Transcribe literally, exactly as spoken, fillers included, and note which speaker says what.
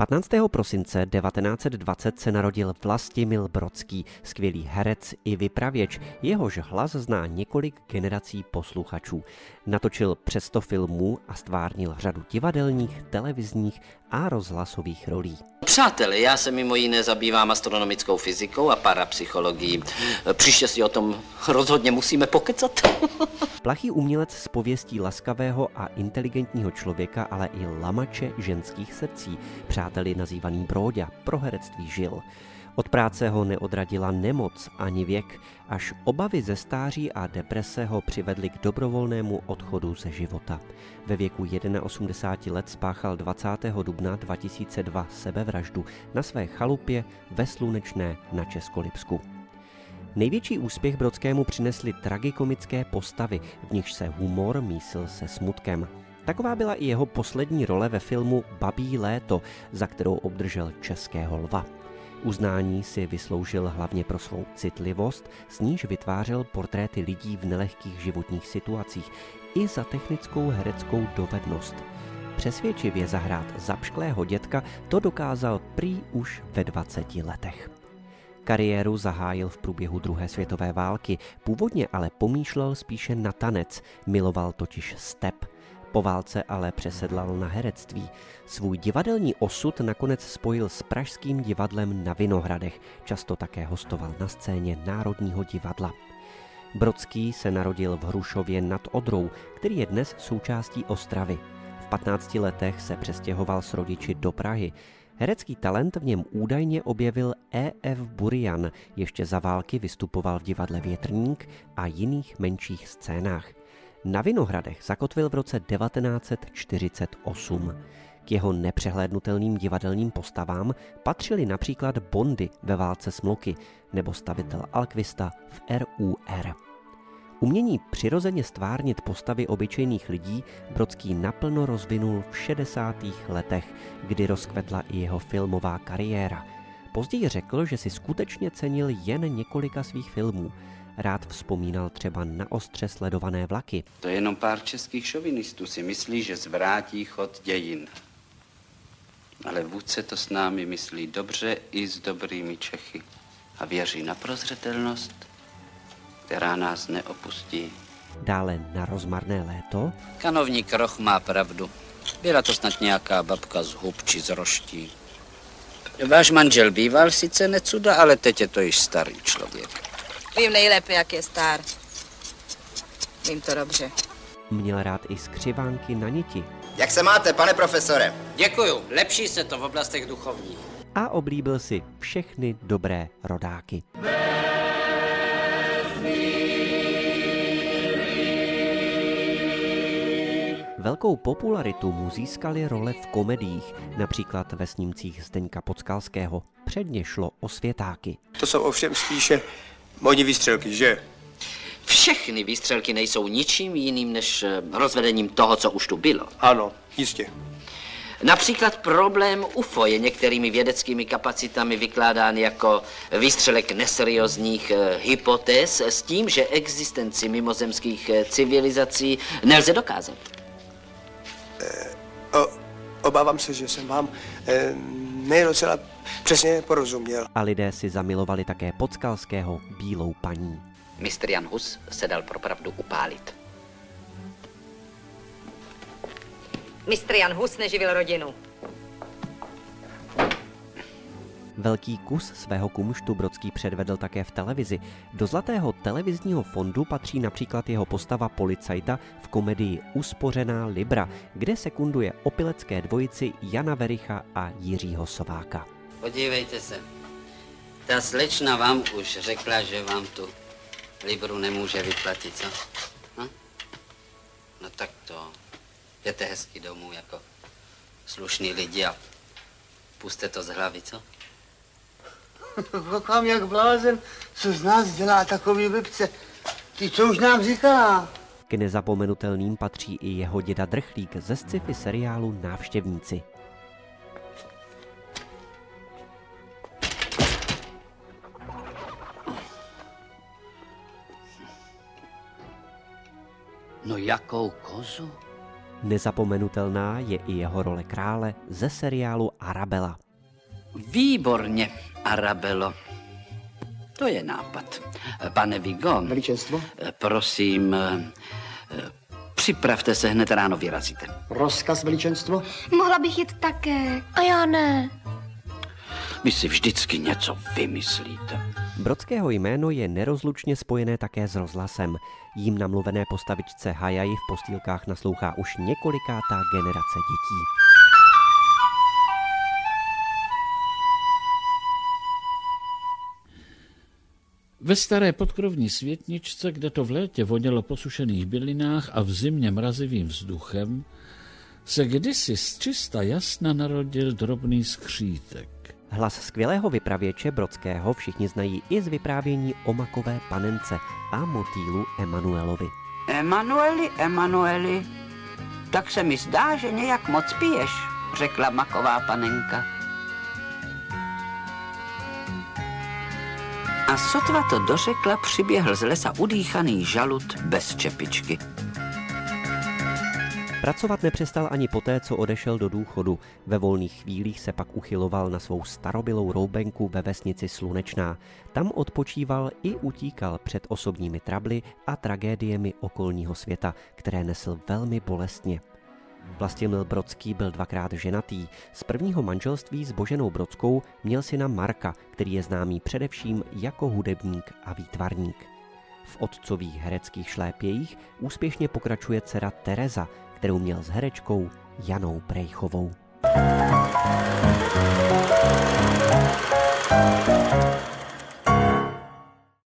Speaker 1: patnáctého prosince devatenáct set dvacet se narodil Vlastimil Brodský, skvělý herec i vypravěč, jehož hlas zná několik generací posluchačů. Natočil přes sto filmů a stvárnil řadu divadelních, televizních a rozhlasových rolí.
Speaker 2: Přátelé, já se mimo jiné zabývám astronomickou fyzikou a parapsychologií. Příště si o tom rozhodně musíme pokecat.
Speaker 1: Plachý umělec s pověstí laskavého a inteligentního člověka, ale i lamače ženských srdcí, přáteli nazývaný Bróďa, pro herectví žil. Od práce ho neodradila nemoc ani věk, až obavy ze stáří a deprese ho přivedly k dobrovolnému odchodu ze života. Ve věku osmdesáti jedna let spáchal dvacátého dubna dva tisíce dva sebevraždu na své chalupě ve Slunečné na Českolipsku. Největší úspěch Brodskému přinesly tragikomické postavy, v nichž se humor mísil se smutkem. Taková byla i jeho poslední role ve filmu Babí léto, za kterou obdržel Českého lva. Uznání si vysloužil hlavně pro svou citlivost, s níž vytvářel portréty lidí v nelehkých životních situacích, i za technickou hereckou dovednost. Přesvědčivě zahrát zapšklého dětka to dokázal prý už ve dvaceti letech. Kariéru zahájil v průběhu druhé světové války, původně ale pomýšlel spíše na tanec, miloval totiž step. Po válce ale přesedlal na herectví. Svůj divadelní osud nakonec spojil s Pražským divadlem na Vinohradech, často také hostoval na scéně Národního divadla. Brodský se narodil v Hrušově nad Odrou, který je dnes součástí Ostravy. V patnácti letech se přestěhoval s rodiči do Prahy. Herecký talent v něm údajně objevil E F Burian, ještě za války vystupoval v divadle Větrník a jiných menších scénách. Na Vinohradech zakotvil v roce devatenáct set čtyřicet osm. K jeho nepřehlédnutelným divadelním postavám patřily například Bondy ve Válce smloky nebo stavitel Alkvista v R U R. Umění přirozeně stvárnit postavy obyčejných lidí Brodský naplno rozvinul v šedesátých letech, kdy rozkvetla i jeho filmová kariéra. Později řekl, že si skutečně cenil jen několika svých filmů. Rád vzpomínal třeba na ostře sledované vlaky.
Speaker 3: To je jenom pár českých šovinistů si myslí, že zvrátí chod dějin. Ale vůdce to s námi myslí dobře i s dobrými Čechy. A věří na prozřetelnost, která nás neopustí.
Speaker 1: Dále Na rozmarné léto.
Speaker 2: Kanovník Roch má pravdu. Byla to snad nějaká babka z Hub či z Roští. Váš manžel býval sice necuda, ale teď je to již starý člověk.
Speaker 4: Vím nejlépe, jak je star. Vím to dobře.
Speaker 1: Měl rád i skřivánky na niti.
Speaker 5: Jak se máte, pane profesore?
Speaker 2: Děkuju, lepší se to v oblastech duchovních.
Speaker 1: A oblíbil si všechny dobré rodáky. Velkou popularitu mu získaly role v komediích, například ve snímcích Zdeňka Podskalského. Předně šlo o světáky.
Speaker 6: To jsou ovšem spíše modní výstřelky, že?
Speaker 2: Všechny výstřelky nejsou ničím jiným než rozvedením toho, co už tu bylo.
Speaker 6: Ano, jistě.
Speaker 2: Například problém U F O je některými vědeckými kapacitami vykládán jako výstřelek neseriózních hypotéz s tím, že existenci mimozemských civilizací nelze dokázat.
Speaker 6: E, o, obávám se, že jsem vám e, nejdocela přesně porozuměl.
Speaker 1: A lidé si zamilovali také Podskalského Bílou paní.
Speaker 2: mistr Jan Hus se dal pro pravdu upálit.
Speaker 4: mistr Jan Hus neživil rodinu.
Speaker 1: Velký kus svého kumštu Brodský předvedl také v televizi. Do zlatého televizního fondu patří například jeho postava policajta v komedii Uspořená libra, kde sekunduje opilecké dvojici Jana Vericha a Jiřího Sováka.
Speaker 2: Podívejte se, ta slečna vám už řekla, že vám tu libru nemůže vyplatit, co? Hm? No tak to, jděte hezky domů jako slušný lidi a puste to z hlavy, co?
Speaker 7: Koukám jak blázen, co z nás dělá takový blbce. Ty co už nám říká?
Speaker 1: K nezapomenutelným patří i jeho děda Drchlík ze sci-fi seriálu Návštěvníci.
Speaker 2: No jakou kozu?
Speaker 1: Nezapomenutelná je i jeho role krále ze seriálu Arabella.
Speaker 3: Výborně, Arabelo. To je nápad. Pane Vigo.
Speaker 8: Veličenstvo?
Speaker 3: Prosím, připravte se, hned ráno vyrazíte.
Speaker 8: Rozkaz, veličenstvo?
Speaker 9: Mohla bych jít také. A já ne.
Speaker 3: Vy si vždycky něco vymyslíte.
Speaker 1: Brodského jméno je nerozlučně spojené také s rozhlasem. Jím namluvené postavičce Hajaji v postýlkách naslouchá už několikátá generace dětí.
Speaker 10: Ve staré podkrovní světničce, kde to v létě vonělo po sušených bylinách a v zimě mrazivým vzduchem, se kdysi z čista jasna narodil drobný skřítek.
Speaker 1: Hlas skvělého vypravěče Brodského všichni znají i z vyprávění o makové panence a motýlu Emanuelovi.
Speaker 3: Emanueli, Emanueli, tak se mi zdá, že nějak moc piješ, řekla maková panenka. A sotva to dořekla, přiběhl z lesa udýchaný žalud bez čepičky.
Speaker 1: Pracovat nepřestal ani poté, co odešel do důchodu. Ve volných chvílích se pak uchyloval na svou starobylou roubenku ve vesnici Slunečná. Tam odpočíval i utíkal před osobními trably a tragédiemi okolního světa, které nesl velmi bolestně. Vlastimil Brodský byl dvakrát ženatý. Z prvního manželství s Boženou Brodskou měl syna Marka, který je známý především jako hudebník a výtvarník. V otcových hereckých šlépějích úspěšně pokračuje dcera Tereza, kterou měl s herečkou Janou Prejchovou.